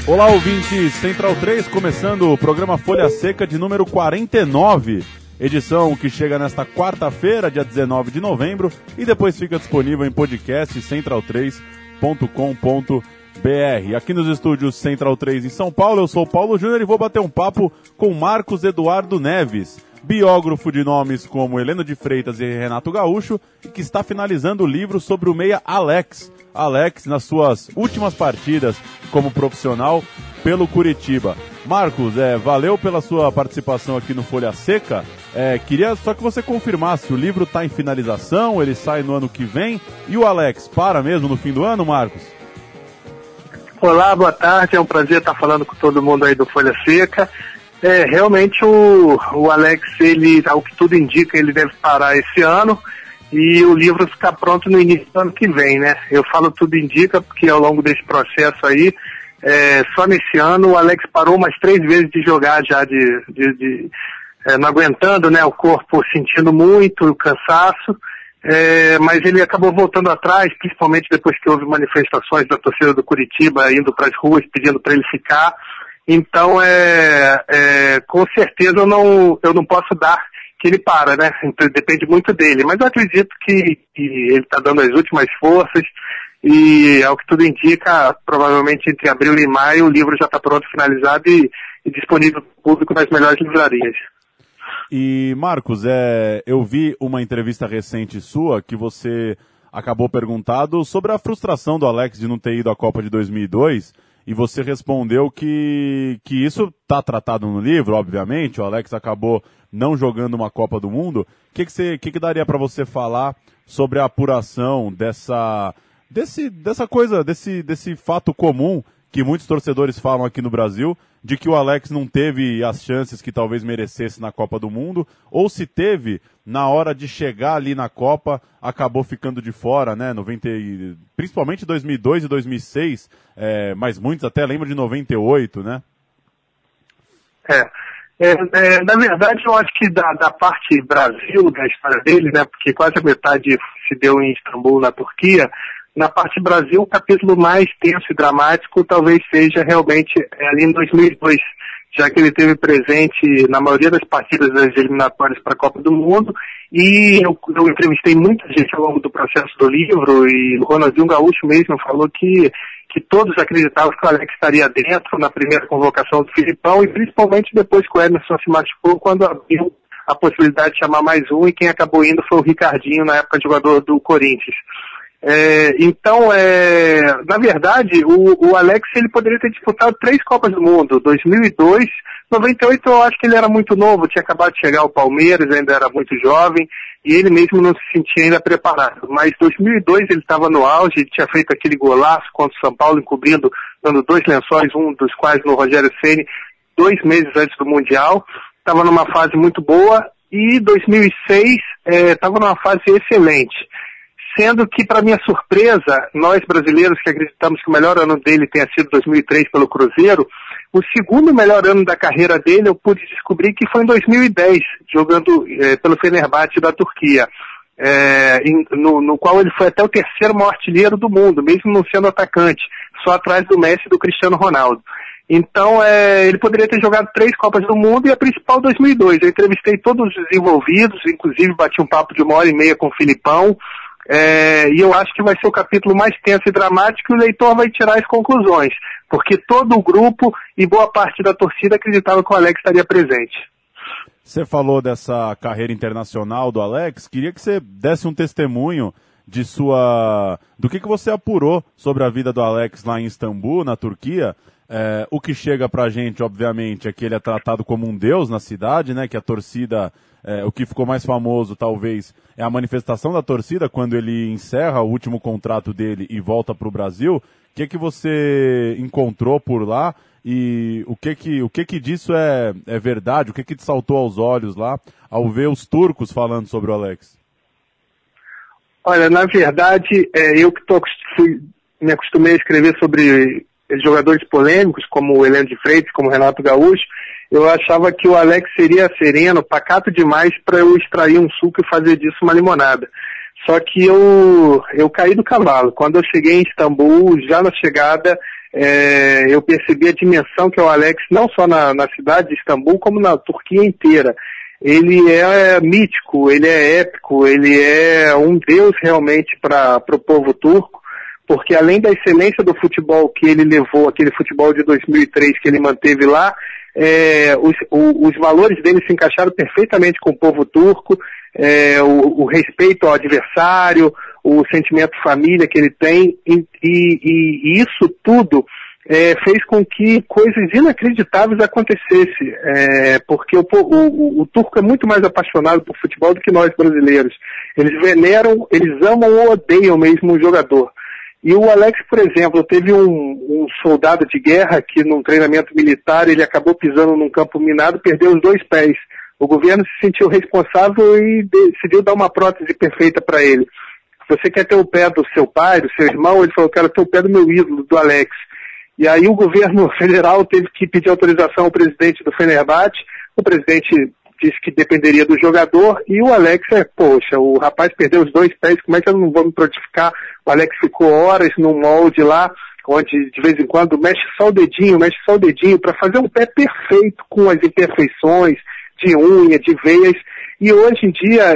Olá, ouvintes, Central 3, começando o programa Folha Seca de número 49, edição que chega nesta quarta-feira, dia 19 de novembro, e depois fica disponível em podcast central3.com.br. Aqui nos estúdios Central 3 em São Paulo, eu sou o Paulo Júnior e vou bater um papo com Marcos Eduardo Neves, biógrafo de nomes como Heleno de Freitas e Renato Gaúcho, e que está finalizando o livro sobre o meia Alex. Alex, nas suas últimas partidas como profissional pelo Curitiba. Marcos, valeu pela sua participação aqui no Folha Seca. Queria só que você confirmasse, o livro está em finalização, ele sai no ano que vem, e o Alex para mesmo no fim do ano, Marcos? Olá, boa tarde, é um prazer estar falando com todo mundo aí do Folha Seca. Realmente o Alex, ele, ao que tudo indica, ele deve parar esse ano e o livro ficar pronto no início do ano que vem, né? Eu falo tudo indica porque ao longo desse processo aí, só nesse ano o Alex parou umas 3 vezes de jogar já, não aguentando, né? O corpo sentindo muito, o cansaço, mas ele acabou voltando atrás, principalmente depois que houve manifestações da torcida do Curitiba indo para as ruas pedindo para ele ficar. Então, com certeza eu não posso dar que ele para, né? Então, depende muito dele. Mas eu acredito que ele está dando as últimas forças e, ao que tudo indica, provavelmente entre abril e maio o livro já está pronto, finalizado e disponível para o público nas melhores livrarias. E, Marcos, eu vi uma entrevista recente sua que você acabou perguntado sobre a frustração do Alex de não ter ido à Copa de 2002. E você respondeu que isso está tratado no livro, obviamente. O Alex acabou não jogando uma Copa do Mundo. O que daria para você falar sobre a apuração desse fato comum que muitos torcedores falam aqui no Brasil, de que o Alex não teve as chances que talvez merecesse na Copa do Mundo, ou se teve, na hora de chegar ali na Copa, acabou ficando de fora, né? Principalmente 2002 e 2006, mas muitos até lembram de 98, né? Na verdade, eu acho que da parte Brasil, da história dele, né? Porque quase a metade se deu em Istambul, na Turquia. Na parte Brasil, o capítulo mais tenso e dramático talvez seja realmente ali em 2002, já que ele esteve presente na maioria das partidas das eliminatórias para a Copa do Mundo, e eu entrevistei muita gente ao longo do processo do livro, e o Ronaldinho Gaúcho mesmo falou que todos acreditavam que o Alex estaria dentro na primeira convocação do Filipão, e principalmente depois que o Emerson se machucou, quando abriu a possibilidade de chamar mais um, e quem acabou indo foi o Ricardinho, na época jogador do Corinthians. Então, na verdade, o Alex, ele poderia ter disputado 3 Copas do Mundo, 2002, 98 eu acho que ele era muito novo, tinha acabado de chegar ao Palmeiras, ainda era muito jovem, e ele mesmo não se sentia ainda preparado. Mas 2002 ele estava no auge, ele tinha feito aquele golaço contra o São Paulo, encobrindo, dando 2 lençóis, um dos quais no Rogério Ceni, 2 meses antes do Mundial, estava numa fase muito boa, e 2006 estava numa fase excelente. Sendo que, para minha surpresa, nós brasileiros que acreditamos que o melhor ano dele tenha sido 2003 pelo Cruzeiro, o segundo melhor ano da carreira dele eu pude descobrir que foi em 2010, jogando pelo Fenerbahçe da Turquia, no qual ele foi até o 3º maior artilheiro do mundo, mesmo não sendo atacante, só atrás do Messi e do Cristiano Ronaldo. Então, ele poderia ter jogado 3 Copas do Mundo e a principal 2002. Eu entrevistei todos os envolvidos, inclusive bati um papo de 1h30 com o Filipão, e eu acho que vai ser o capítulo mais tenso e dramático, e o leitor vai tirar as conclusões, porque todo o grupo e boa parte da torcida acreditava que o Alex estaria presente. Você falou dessa carreira internacional do Alex, queria que você desse um testemunho do que você apurou sobre a vida do Alex lá em Istambul, na Turquia. O que chega pra gente, obviamente, é que ele é tratado como um deus na cidade, né? Que a torcida, o que ficou mais famoso, talvez, é a manifestação da torcida quando ele encerra o último contrato dele e volta pro Brasil. O que você encontrou por lá e o que disso é verdade? O que te saltou aos olhos lá ao ver os turcos falando sobre o Alex? Olha, na verdade, eu que me acostumei a escrever sobre jogadores polêmicos, como o Heleno de Freitas, como o Renato Gaúcho, eu achava que o Alex seria sereno, pacato demais para eu extrair um suco e fazer disso uma limonada. Só que eu caí do cavalo. Quando eu cheguei em Istambul, já na chegada, eu percebi a dimensão que é o Alex, não só na cidade de Istambul, como na Turquia inteira. Ele é mítico, ele é épico, ele é um deus realmente para o povo turco, porque além da excelência do futebol que ele levou, aquele futebol de 2003 que ele manteve lá, os valores dele se encaixaram perfeitamente com o povo turco, o respeito ao adversário, o sentimento de família que ele tem, e isso tudo fez com que coisas inacreditáveis acontecessem, porque o turco é muito mais apaixonado por futebol do que nós brasileiros. Eles veneram, eles amam ou odeiam mesmo o jogador. E o Alex, por exemplo, teve um soldado de guerra que num treinamento militar ele acabou pisando num campo minado e perdeu os 2 pés. O governo se sentiu responsável e decidiu dar uma prótese perfeita para ele. Você quer ter o pé do seu pai, do seu irmão? Ele falou, quero ter o pé do meu ídolo, do Alex. E aí o governo federal teve que pedir autorização ao presidente do Fenerbahçe. O presidente disse que dependeria do jogador, e o Alex poxa, o rapaz perdeu os 2 pés, como é que eu não vou me prontificar? O Alex ficou horas no molde lá, onde de vez em quando mexe só o dedinho, para fazer um pé perfeito, com as imperfeições de unha, de veias, e hoje em dia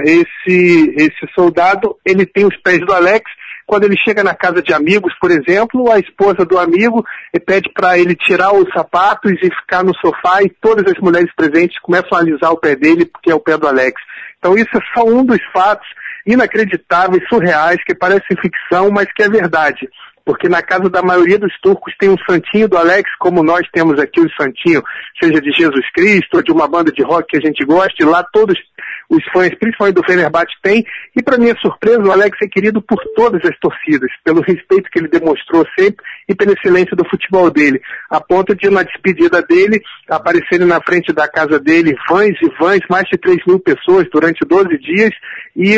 esse soldado, ele tem os pés do Alex. Quando ele chega na casa de amigos, por exemplo, a esposa do amigo pede para ele tirar os sapatos e ficar no sofá, e todas as mulheres presentes começam a alisar o pé dele, porque é o pé do Alex. Então isso é só um dos fatos inacreditáveis, surreais, que parecem ficção, mas que é verdade. Porque na casa da maioria dos turcos tem um santinho do Alex, como nós temos aqui o santinho, seja de Jesus Cristo ou de uma banda de rock que a gente gosta, e lá todos os fãs, principalmente do Fenerbahçe, têm. E para minha surpresa, o Alex é querido por todas as torcidas, pelo respeito que ele demonstrou sempre e pela excelência do futebol dele, a ponto de, na despedida dele, aparecerem na frente da casa dele vans e vans, mais de 3.000 pessoas durante 12 dias, e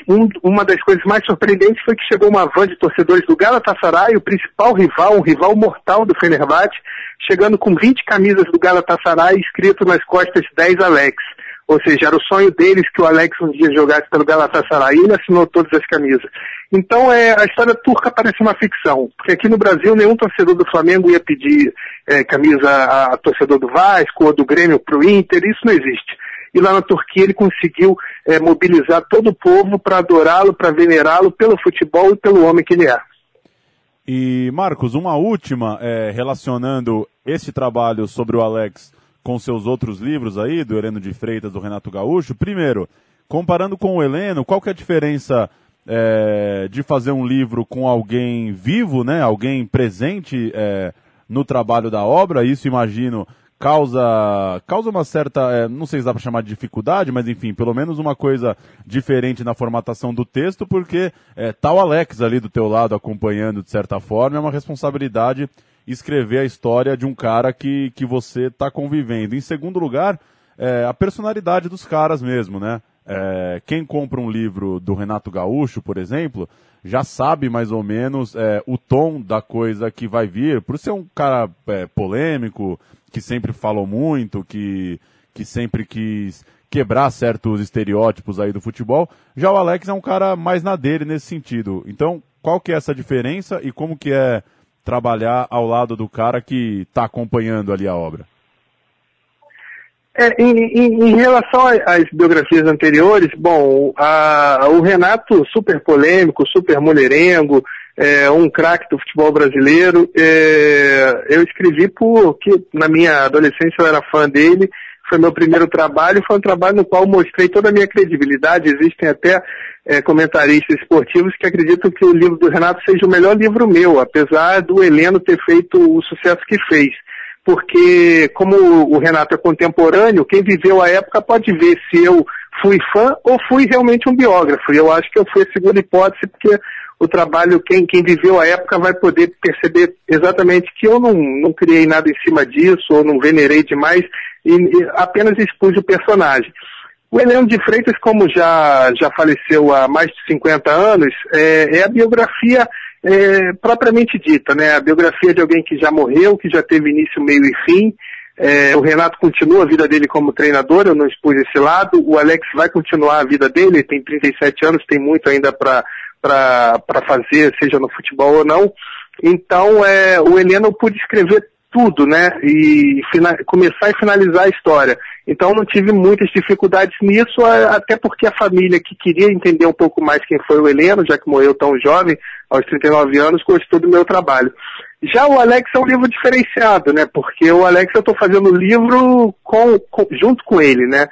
uma das coisas mais surpreendentes foi que chegou uma van de torcedores do Galatasaray, o principal rival, um rival mortal do Fenerbahçe, chegando com 20 camisas do Galatasaray, escrito nas costas 10 Alex. Ou seja, era o sonho deles que o Alex um dia jogasse pelo Galatasaray, e ele assinou todas as camisas. Então a história turca parece uma ficção, porque aqui no Brasil nenhum torcedor do Flamengo ia pedir camisa a torcedor do Vasco ou do Grêmio para o Inter, isso não existe. E lá na Turquia ele conseguiu mobilizar todo o povo para adorá-lo, para venerá-lo pelo futebol e pelo homem que ele é. E Marcos, uma última relacionando esse trabalho sobre o Alex com seus outros livros aí, do Heleno de Freitas, do Renato Gaúcho. Primeiro, comparando com o Heleno, qual que é a diferença de fazer um livro com alguém vivo, né, alguém presente no trabalho da obra? Isso, imagino, causa uma certa, não sei se dá para chamar de dificuldade, mas enfim, pelo menos uma coisa diferente na formatação do texto, porque tá o Alex ali do teu lado acompanhando de certa forma, é uma responsabilidade escrever a história de um cara que você está convivendo. Em segundo lugar, a personalidade dos caras mesmo, né? Quem compra um livro do Renato Gaúcho, por exemplo, já sabe mais ou menos o tom da coisa que vai vir, por ser um cara polêmico, que sempre falou muito, que sempre quis quebrar certos estereótipos aí do futebol. Já o Alex é um cara mais na dele nesse sentido. Então, qual que é essa diferença e como que é trabalhar ao lado do cara que está acompanhando ali a obra? Em relação às biografias anteriores, bom, o Renato, super polêmico, super mulherengo, um craque do futebol brasileiro, eu escrevi porque na minha adolescência eu era fã dele, foi meu primeiro trabalho, foi um trabalho no qual mostrei toda a minha credibilidade. Existem até comentaristas esportivos que acreditam que o livro do Renato seja o melhor livro meu, apesar do Heleno ter feito o sucesso que fez. Porque, como o Renato é contemporâneo, quem viveu a época pode ver se eu fui fã ou fui realmente um biógrafo. E eu acho que eu fui a segunda hipótese, porque o trabalho, quem viveu a época vai poder perceber exatamente que eu não criei nada em cima disso, ou não venerei demais, e apenas expus o personagem. O Heleno de Freitas, como já faleceu há mais de 50 anos, é a biografia propriamente dita, né? A biografia de alguém que já morreu, que já teve início, meio e fim. O Renato continua a vida dele como treinador, eu não expus esse lado. O Alex vai continuar a vida dele, ele tem 37 anos, tem muito ainda para fazer, seja no futebol ou não. Então, o Heleno eu pude escrever tudo, né? E começar e finalizar a história. Então não tive muitas dificuldades nisso, até porque a família que queria entender um pouco mais quem foi o Heleno, já que morreu tão jovem, aos 39 anos, gostou do meu trabalho. Já o Alex é um livro diferenciado, né? Porque o Alex eu estou fazendo o livro junto com ele, né?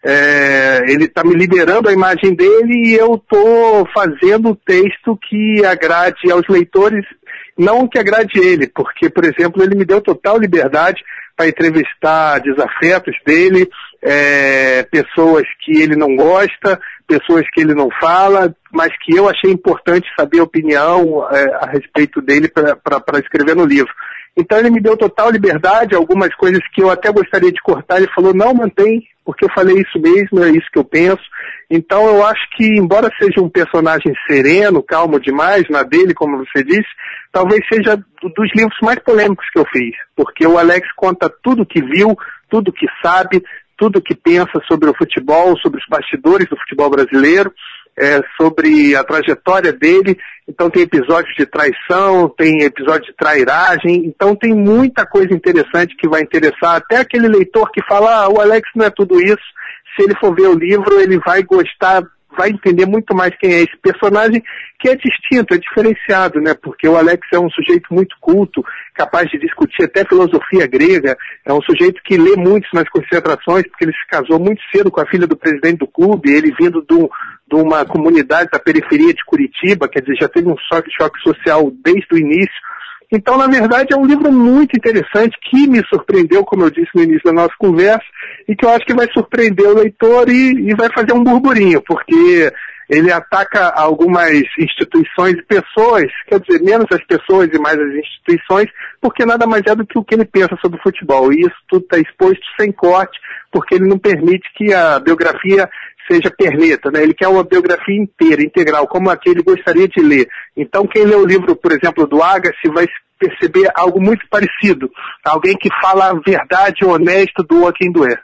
Ele está me liberando a imagem dele e eu estou fazendo o texto que agrade aos leitores, não que agrade ele, porque, por exemplo, ele me deu total liberdade para entrevistar desafetos dele, pessoas que ele não gosta, pessoas que ele não fala, mas que eu achei importante saber a opinião a respeito dele para escrever no livro. Então ele me deu total liberdade, algumas coisas que eu até gostaria de cortar, ele falou, não, mantém, porque eu falei isso mesmo, é isso que eu penso. Então eu acho que, embora seja um personagem sereno, calmo demais, na dele, como você disse, talvez seja dos livros mais polêmicos que eu fiz, porque o Alex conta tudo que viu, tudo que sabe, tudo que pensa sobre o futebol, sobre os bastidores do futebol brasileiro, sobre a trajetória dele. Então tem episódios de traição, tem episódios de trairagem, então tem muita coisa interessante que vai interessar até aquele leitor que fala, o Alex não é tudo isso. Se ele for ver o livro, ele vai gostar, vai entender muito mais quem é esse personagem, que é distinto, é diferenciado, né? Porque o Alex é um sujeito muito culto, capaz de discutir até filosofia grega, é um sujeito que lê muito nas concentrações, porque ele se casou muito cedo com a filha do presidente do clube, ele vindo de uma comunidade da periferia de Curitiba, quer dizer, já teve um choque social desde o início. Então, na verdade, é um livro muito interessante, que me surpreendeu, como eu disse no início da nossa conversa, e que eu acho que vai surpreender o leitor e vai fazer um burburinho, porque ele ataca algumas instituições e pessoas, quer dizer, menos as pessoas e mais as instituições, porque nada mais é do que o que ele pensa sobre o futebol. E isso tudo está exposto sem corte, porque ele não permite que a biografia seja perneta, né? Ele quer uma biografia inteira, integral, como a que ele gostaria de ler. Então, quem lê o livro, por exemplo, do Agassi, vai perceber algo muito parecido. Alguém que fala a verdade, honesto, doa quem doer.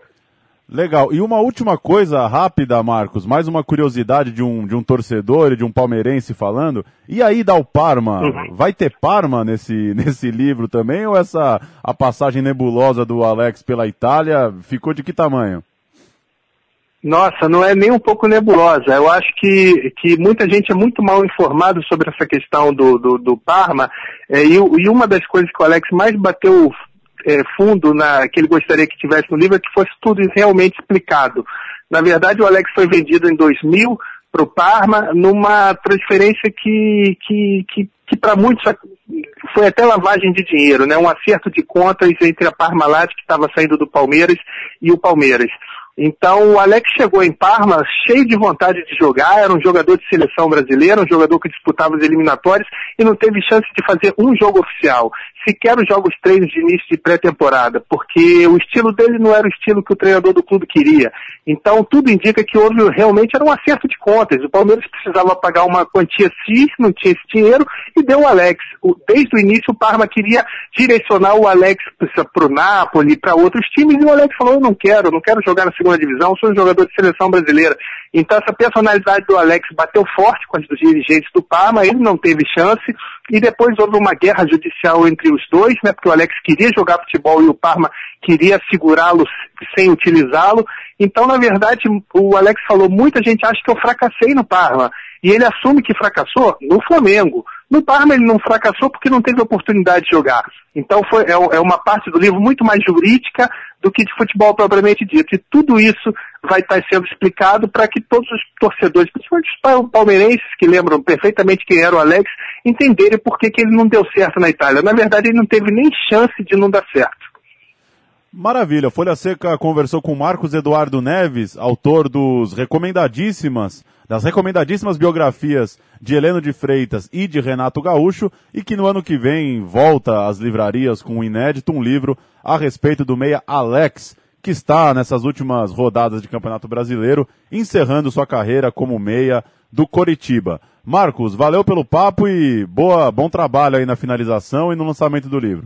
Legal. E uma última coisa rápida, Marcos, mais uma curiosidade de um torcedor e de um palmeirense falando. E aí, Dal Parma, vai ter Parma nesse livro também, ou a passagem nebulosa do Alex pela Itália ficou de que tamanho? Nossa, não é nem um pouco nebulosa. Eu acho que muita gente é muito mal informado sobre essa questão do Parma, e uma das coisas que o Alex mais bateu fundo que ele gostaria que tivesse no livro é que fosse tudo realmente explicado. Na verdade, o Alex foi vendido em 2000 para o Parma numa transferência que para muitos foi até lavagem de dinheiro, né? Um acerto de contas entre a Parmalat, que estava saindo do Palmeiras, e o Palmeiras. Então o Alex chegou em Parma cheio de vontade de jogar, era um jogador de seleção brasileira, um jogador que disputava os eliminatórios e não teve chance de fazer um jogo oficial, sequer os jogos treinos de início de pré-temporada, porque o estilo dele não era o estilo que o treinador do clube queria. Então tudo indica que realmente era um acerto de contas. O Palmeiras precisava pagar uma quantia X, não tinha esse dinheiro, e deu o Alex. Desde o início o Parma queria direcionar o Alex para o Napoli, para outros times, e o Alex falou, eu não quero jogar na segunda divisão, sou um jogador de seleção brasileira. Então essa personalidade do Alex bateu forte com os dirigentes do Parma, ele não teve chance, e depois houve uma guerra judicial entre os dois, né, porque o Alex queria jogar futebol e o Parma queria segurá-lo sem utilizá-lo. Então, na verdade, o Alex falou, muita gente acha que eu fracassei no Parma, e ele assume que fracassou no Flamengo. No Parma ele não fracassou porque não teve oportunidade de jogar. Então é uma parte do livro muito mais jurídica do que de futebol propriamente dito. E tudo isso vai estar sendo explicado para que todos os torcedores, principalmente os palmeirenses, que lembram perfeitamente quem era o Alex, entenderem por que ele não deu certo na Itália. Na verdade, ele não teve nem chance de não dar certo. Maravilha. Folha Seca conversou com Marcos Eduardo Neves, autor das recomendadíssimas biografias de Heleno de Freitas e de Renato Gaúcho, e que no ano que vem volta às livrarias com um inédito, um livro a respeito do meia Alex, que está nessas últimas rodadas de Campeonato Brasileiro, encerrando sua carreira como meia do Coritiba. Marcos, valeu pelo papo e bom trabalho aí na finalização e no lançamento do livro.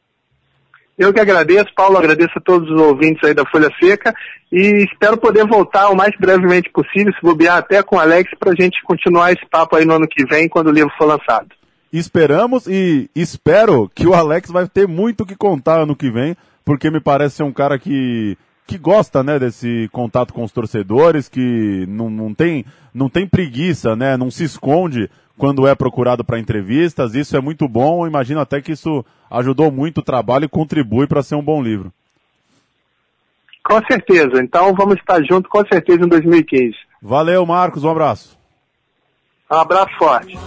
Eu que agradeço, Paulo, agradeço a todos os ouvintes aí da Folha Seca e espero poder voltar o mais brevemente possível, se bobear até com o Alex, para a gente continuar esse papo aí no ano que vem, quando o livro for lançado. esperamos e espero que o Alex vai ter muito o que contar ano que vem, porque me parece ser um cara que gosta, né, desse contato com os torcedores, que não tem preguiça, né, não se esconde quando é procurado para entrevistas. Isso é muito bom, imagino até que isso ajudou muito o trabalho e contribui para ser um bom livro. Com certeza, então vamos estar juntos com certeza em 2015. Valeu, Marcos, um abraço. Um abraço forte.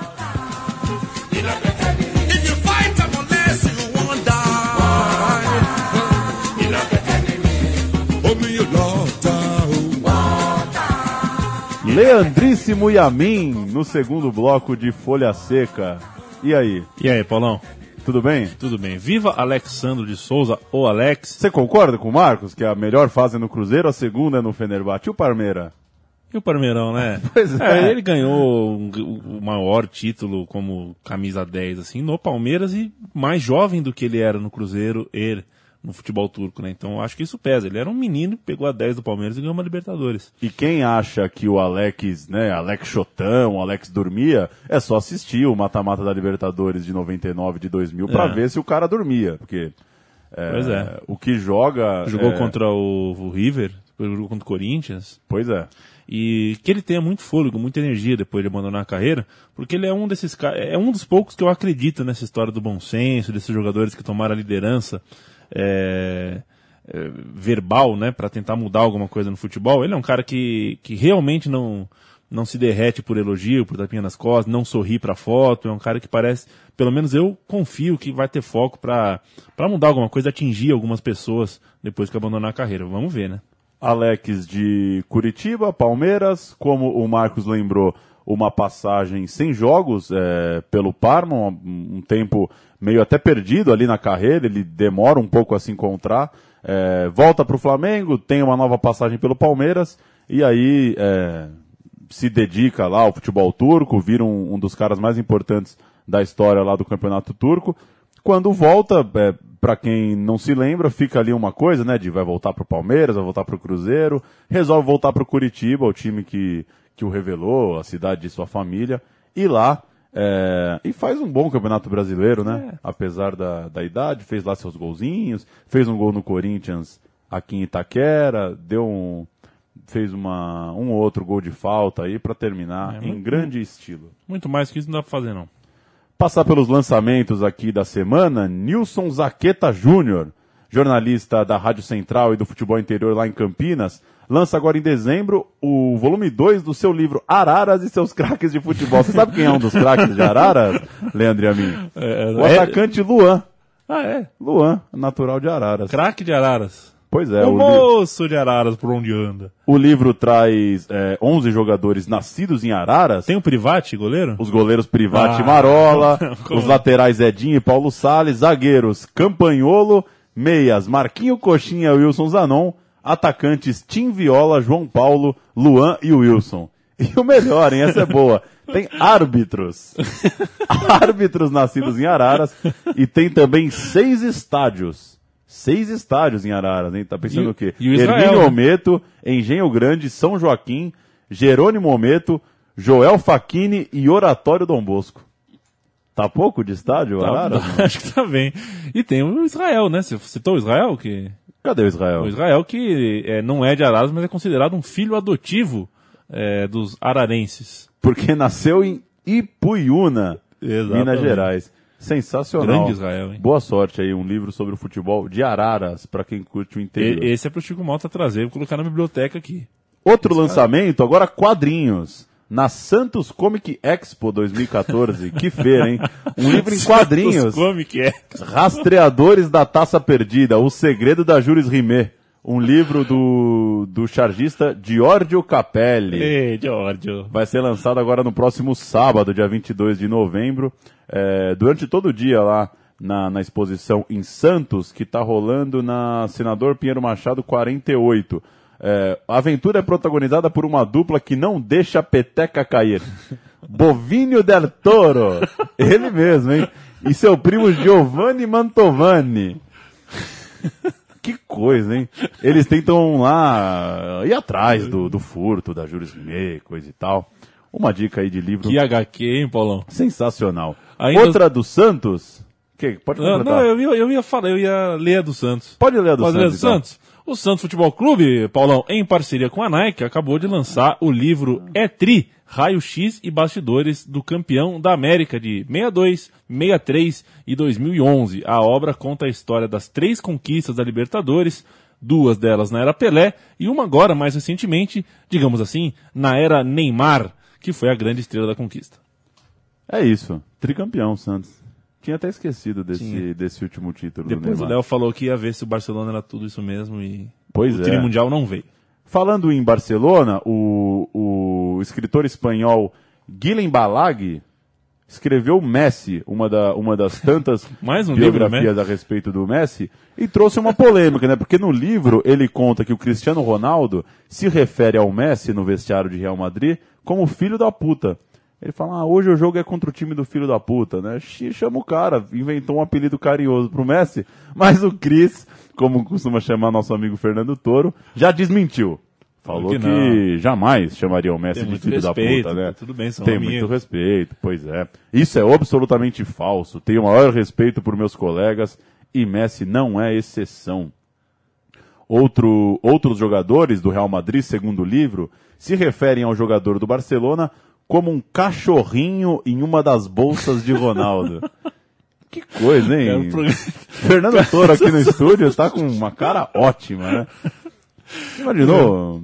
Leandríssimo Yamin, no segundo bloco de Folha Seca. E aí? E aí, Paulão? Tudo bem? Tudo bem. Viva Alexandro de Souza, ou Alex. Você concorda com o Marcos, que a melhor fase é no Cruzeiro, a segunda é no Fenerbahçe? E o Parmeira? E o Parmeirão, né? Pois é. Ele ganhou o maior título como camisa 10, assim, no Palmeiras e mais jovem do que ele era no Cruzeiro, no futebol turco, né? Então acho que isso pesa. Ele era um menino, pegou a 10 do Palmeiras e ganhou uma Libertadores. E quem acha que o Alex, né, Alex Chotão, o Alex dormia, é só assistir o mata-mata da Libertadores de 99, de 2000, pra ver se o cara dormia, porque Pois é. o que joga... Jogou contra o River, depois jogou contra o Corinthians. Pois é. E que ele tenha muito fôlego, muita energia depois de abandonar a carreira, porque ele é um desses caras, é um dos poucos que eu acredito nessa história do bom senso, desses jogadores que tomaram a liderança verbal, né, para tentar mudar alguma coisa no futebol. Ele é um cara que realmente não se derrete por elogio, por tapinha nas costas, não sorri pra foto. É um cara que parece, pelo menos eu confio que vai ter foco pra mudar alguma coisa, atingir algumas pessoas depois que abandonar a carreira. Vamos ver, né? Alex de Curitiba, Palmeiras, como o Marcos lembrou, uma passagem sem jogos pelo Parma, um tempo meio até perdido ali na carreira, ele demora um pouco a se encontrar, volta para o Flamengo, tem uma nova passagem pelo Palmeiras, e aí se dedica lá ao futebol turco, vira um dos caras mais importantes da história lá do campeonato turco. Quando volta, para quem não se lembra, fica ali uma coisa, né, de vai voltar para o Palmeiras, vai voltar para o Cruzeiro, resolve voltar para o Curitiba, o time que o revelou, a cidade de sua família, e lá, e faz um bom campeonato brasileiro, né, apesar da idade, fez lá seus golzinhos, fez um gol no Corinthians aqui em Itaquera, fez um outro gol de falta aí para terminar em grande estilo. Muito mais que isso não dá para fazer, não. Passar pelos lançamentos aqui da semana, Nilson Zaqueta Júnior, jornalista da Rádio Central e do Futebol Interior lá em Campinas, lança agora em dezembro o volume 2 do seu livro Araras e seus craques de futebol. Você sabe quem é um dos craques de Araras, Leandro e a mim? O atacante Luan. Ah, é? Luan, natural de Araras. Craque de Araras. Pois é. O moço de Araras, por onde anda. O livro traz 11 jogadores nascidos em Araras. Tem o Privati, goleiro? Os goleiros Privati e Marola, os laterais Edinho e Paulo Salles, zagueiros Campanholo, meias Marquinho Coxinha e Wilson Zanon, atacantes Tim Viola, João Paulo, Luan e Wilson. E o melhor, hein? Essa é boa. Tem árbitros. Árbitros nascidos em Araras e tem também 6 estádios. 6 estádios em Araras, hein? Tá pensando o quê? E o Israel, Hermínio né? Ometo, Engenho Grande, São Joaquim, Jerônimo Ometo, Joel Facchini e Oratório Dom Bosco. Tá pouco de estádio, Araras? Acho que tá bem. E tem o Israel, né? Você citou o Israel? Cadê o Israel? O Israel que não é de Araras, mas é considerado um filho adotivo dos ararenses. Porque nasceu em Ipuiuna, Minas Gerais. Sensacional. Grande Israel, hein? Boa sorte aí, um livro sobre o futebol de Araras, para quem curte o interior. Esse é pro Chico Malta trazer, vou colocar na biblioteca aqui. Outro lançamento, agora quadrinhos. Na Santos Comic Expo 2014. Que feira, hein? Um livro em quadrinhos. Comic Expo. Rastreadores da Taça Perdida, O Segredo da Jules Rimet. Um livro do chargista Giorgio Capelli. Ei, Giorgio. Vai ser lançado agora no próximo sábado, dia 22 de novembro. Durante todo o dia lá na exposição em Santos, que está rolando na Senador Pinheiro Machado 48. A aventura é protagonizada por uma dupla que não deixa a peteca cair. Bovínio del Toro. Ele mesmo, hein? E seu primo Giovanni Mantovani. Que coisa, hein? Eles tentam lá ir atrás do furto, da Jules Rimet, coisa e tal. Uma dica aí de livro. Que HQ, hein, Paulão? Sensacional. Outra do Santos? Pode completar. Não, eu ia ler a do Santos. Pode ler a do Pode Santos. ler a do Santos? O Santos Futebol Clube, Paulão, em parceria com a Nike, acabou de lançar o livro E-Tri, Raio-X e Bastidores do Campeão da América de 62, 63 e 2011. A obra conta a história das 3 conquistas da Libertadores, 2 delas na era Pelé e uma agora, mais recentemente, digamos assim, na era Neymar, que foi a grande estrela da conquista. É isso, tricampeão, Santos. Tinha até esquecido desse último título. Depois o Léo falou que ia ver se o Barcelona era tudo isso mesmo e o Tri Mundial não veio. Falando em Barcelona, o escritor espanhol Guillem Balag escreveu Messi, uma das tantas biografias a respeito do Messi, e trouxe uma polêmica, né? Porque no livro ele conta que o Cristiano Ronaldo se refere ao Messi no vestiário de Real Madrid como filho da puta. Ele fala, hoje o jogo é contra o time do filho da puta, né? Chama o cara, inventou um apelido carinhoso pro Messi, mas o Cris, como costuma chamar nosso amigo Fernando Toro, já desmentiu. Falou que jamais chamaria o Messi de filho da puta, né? Tudo bem, são Tem amigos. muito respeito, pois é. Isso é absolutamente falso. Tenho o maior respeito por meus colegas e Messi não é exceção. Outros jogadores do Real Madrid, segundo o livro, se referem ao jogador do Barcelona como um cachorrinho em uma das bolsas de Ronaldo. Que coisa, hein? Fernando Toro aqui no estúdio está com uma cara ótima, né? Imaginou?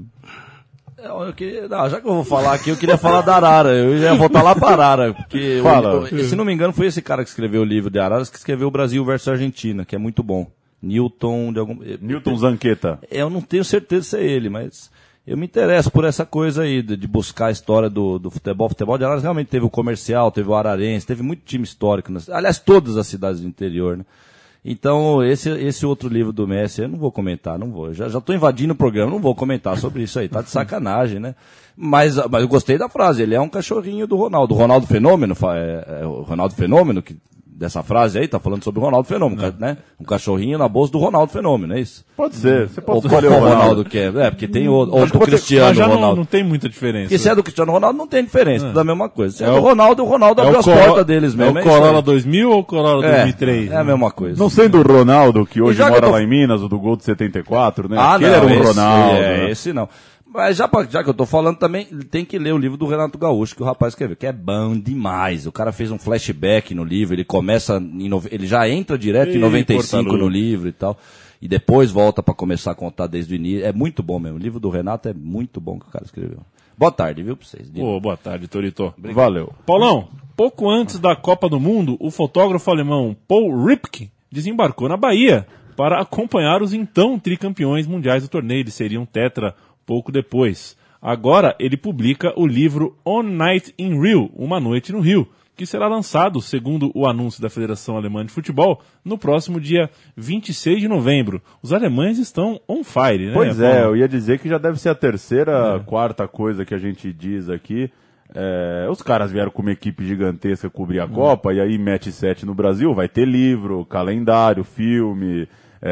Já que eu vou falar aqui, eu queria falar da Arara. Eu ia voltar lá para Arara. Porque, se não me engano, foi esse cara que escreveu o livro de Araras que escreveu o Brasil versus Argentina, que é muito bom. Newton Zanqueta. Eu não tenho certeza se é ele, mas eu me interesso por essa coisa aí, de buscar a história do futebol. O futebol de Araras realmente teve o Comercial, teve o Ararense, teve muito time histórico. Aliás, todas as cidades do interior, né? Então, esse outro livro do Messi, eu não vou comentar, não vou. Já estou invadindo o programa, não vou comentar sobre isso aí, tá de sacanagem, né? Mas eu gostei da frase, ele é um cachorrinho do Ronaldo. O Ronaldo Fenômeno, o Ronaldo Fenômeno, dessa frase aí, tá falando sobre o Ronaldo Fenômeno, né? Um cachorrinho na bolsa do Ronaldo Fenômeno, é isso? Pode ser, você pode escolher o Ronaldo que é, porque tem outro Cristiano mas já Ronaldo. Não tem muita diferença. Porque se é do Cristiano Ronaldo, não tem diferença, tudo a mesma coisa. Se é do Ronaldo, o Ronaldo abriu as portas deles mesmo. É o Corolla 2000 ou o Corolla 2003? É a mesma coisa. Não sendo o Ronaldo, que hoje mora lá em Minas, o do gol de 74, né? Aquele era o Ronaldo. Né? Esse não. Mas já que eu tô falando também, tem que ler o livro do Renato Gaúcho, que o rapaz escreveu, que é bom demais. O cara fez um flashback no livro, ele começa, ele já entra direto em 95 no livro e tal, e depois volta para começar a contar desde o início. É muito bom mesmo. O livro do Renato é muito bom que o cara escreveu. Boa tarde, viu, pra vocês. Boa tarde, Torito. Valeu. Paulão, pouco antes da Copa do Mundo, o fotógrafo alemão Paul Ripke desembarcou na Bahia para acompanhar os então tricampeões mundiais do torneio. Eles seriam tetra pouco depois. Agora ele publica o livro On Night in Rio, Uma Noite no Rio, que será lançado, segundo o anúncio da Federação Alemã de Futebol, no próximo dia 26 de novembro. Os alemães estão on fire, né? Pois é, eu ia dizer que já deve ser a terceira, quarta coisa que a gente diz aqui. Os caras vieram com uma equipe gigantesca cobrir a Copa, e aí mete 7 no Brasil, vai ter livro, calendário, filme,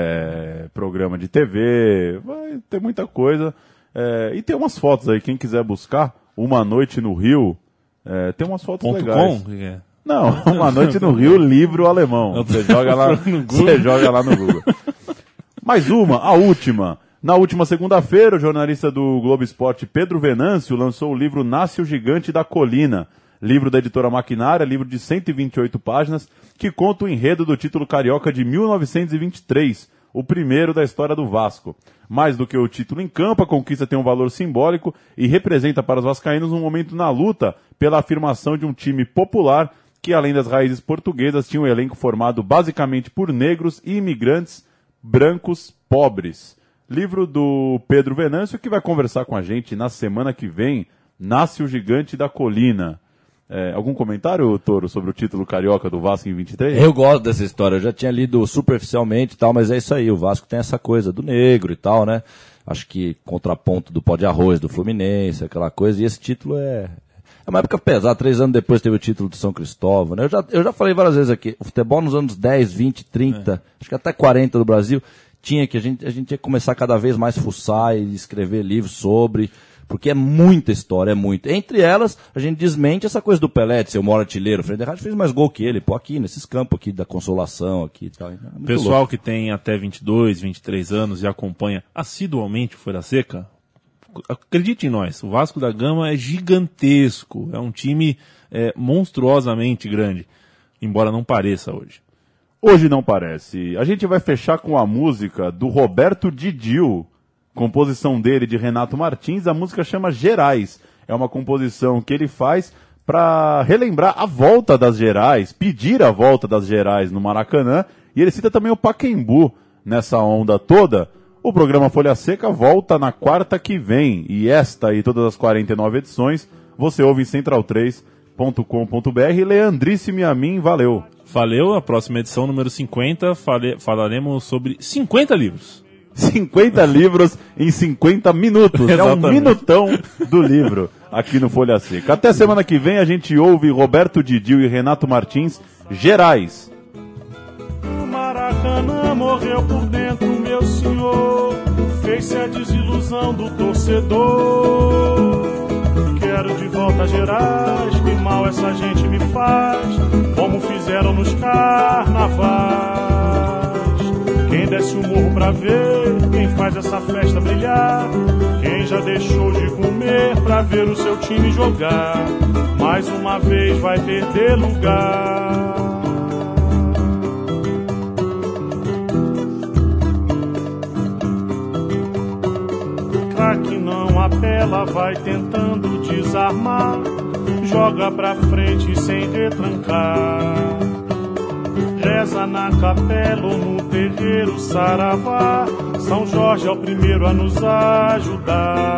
programa de TV, vai ter muita coisa. E tem umas fotos aí, quem quiser buscar, Uma Noite no Rio, tem umas fotos legais. Não, Uma Noite no Rio, livro alemão. Você joga lá no Google. Mais uma, a última. Na última segunda-feira, o jornalista do Globo Esporte, Pedro Venâncio, lançou o livro Nasce o Gigante da Colina, livro da editora Maquinária, livro de 128 páginas, que conta o enredo do título carioca de 1923, o primeiro da história do Vasco. Mais do que o título em campo, a conquista tem um valor simbólico e representa para os vascaínos um momento na luta pela afirmação de um time popular que, além das raízes portuguesas, tinha um elenco formado basicamente por negros e imigrantes brancos pobres. Livro do Pedro Venâncio, que vai conversar com a gente na semana que vem, Nasce o Gigante da Colina. Algum comentário, Toro, sobre o título carioca do Vasco em 23? Eu gosto dessa história, eu já tinha lido superficialmente e tal, mas é isso aí, o Vasco tem essa coisa do negro e tal, né? Acho que contraponto do pó de arroz do Fluminense, aquela coisa, e esse título é uma época pesada, 3 anos depois teve o título do São Cristóvão, né? Eu já falei várias vezes aqui, o futebol nos anos 10, 20, 30, acho que até 40 do Brasil, a gente tinha que começar cada vez mais fuçar e escrever livros sobre, porque é muita história, é muito. Entre elas, a gente desmente essa coisa do Pelé, de ser o maior artilheiro. O Frederich fez mais gol que ele, pô, aqui, nesses campos aqui da Consolação, aqui e tal. Pessoal louco. Que tem até 22, 23 anos e acompanha assiduamente o Folha Seca, acredite em nós, o Vasco da Gama é gigantesco, é um time monstruosamente grande, embora não pareça hoje. Hoje não parece. A gente vai fechar com a música do Roberto Didil, composição dele de Renato Martins. A música chama Gerais. É uma composição que ele faz para relembrar a volta das Gerais, pedir a volta das Gerais no Maracanã. E ele cita também o Pacaembu nessa onda toda. O programa Folha Seca volta na quarta que vem. E esta e todas as 49 edições você ouve em central3.com.br. Leandríssimo e a mim, valeu. Valeu, a próxima edição, número 50, falaremos sobre 50 livros. 50 livros em 50 minutos. É um minutão do livro aqui no Folha Seca. Até semana que vem a gente ouve Roberto Didil e Renato Martins, Gerais. O Maracanã morreu por dentro, meu senhor. Fez-se a desilusão do torcedor. Quero de volta a Gerais, que mal essa gente me faz, como fizeram nos carnavais. Quem desce o morro pra ver, quem faz essa festa brilhar, quem já deixou de comer pra ver o seu time jogar, mais uma vez vai perder lugar. Craque não apela, vai tentando desarmar, joga pra frente sem retrancar. Reza na capela ou no terreiro saravá, São Jorge é o primeiro a nos ajudar.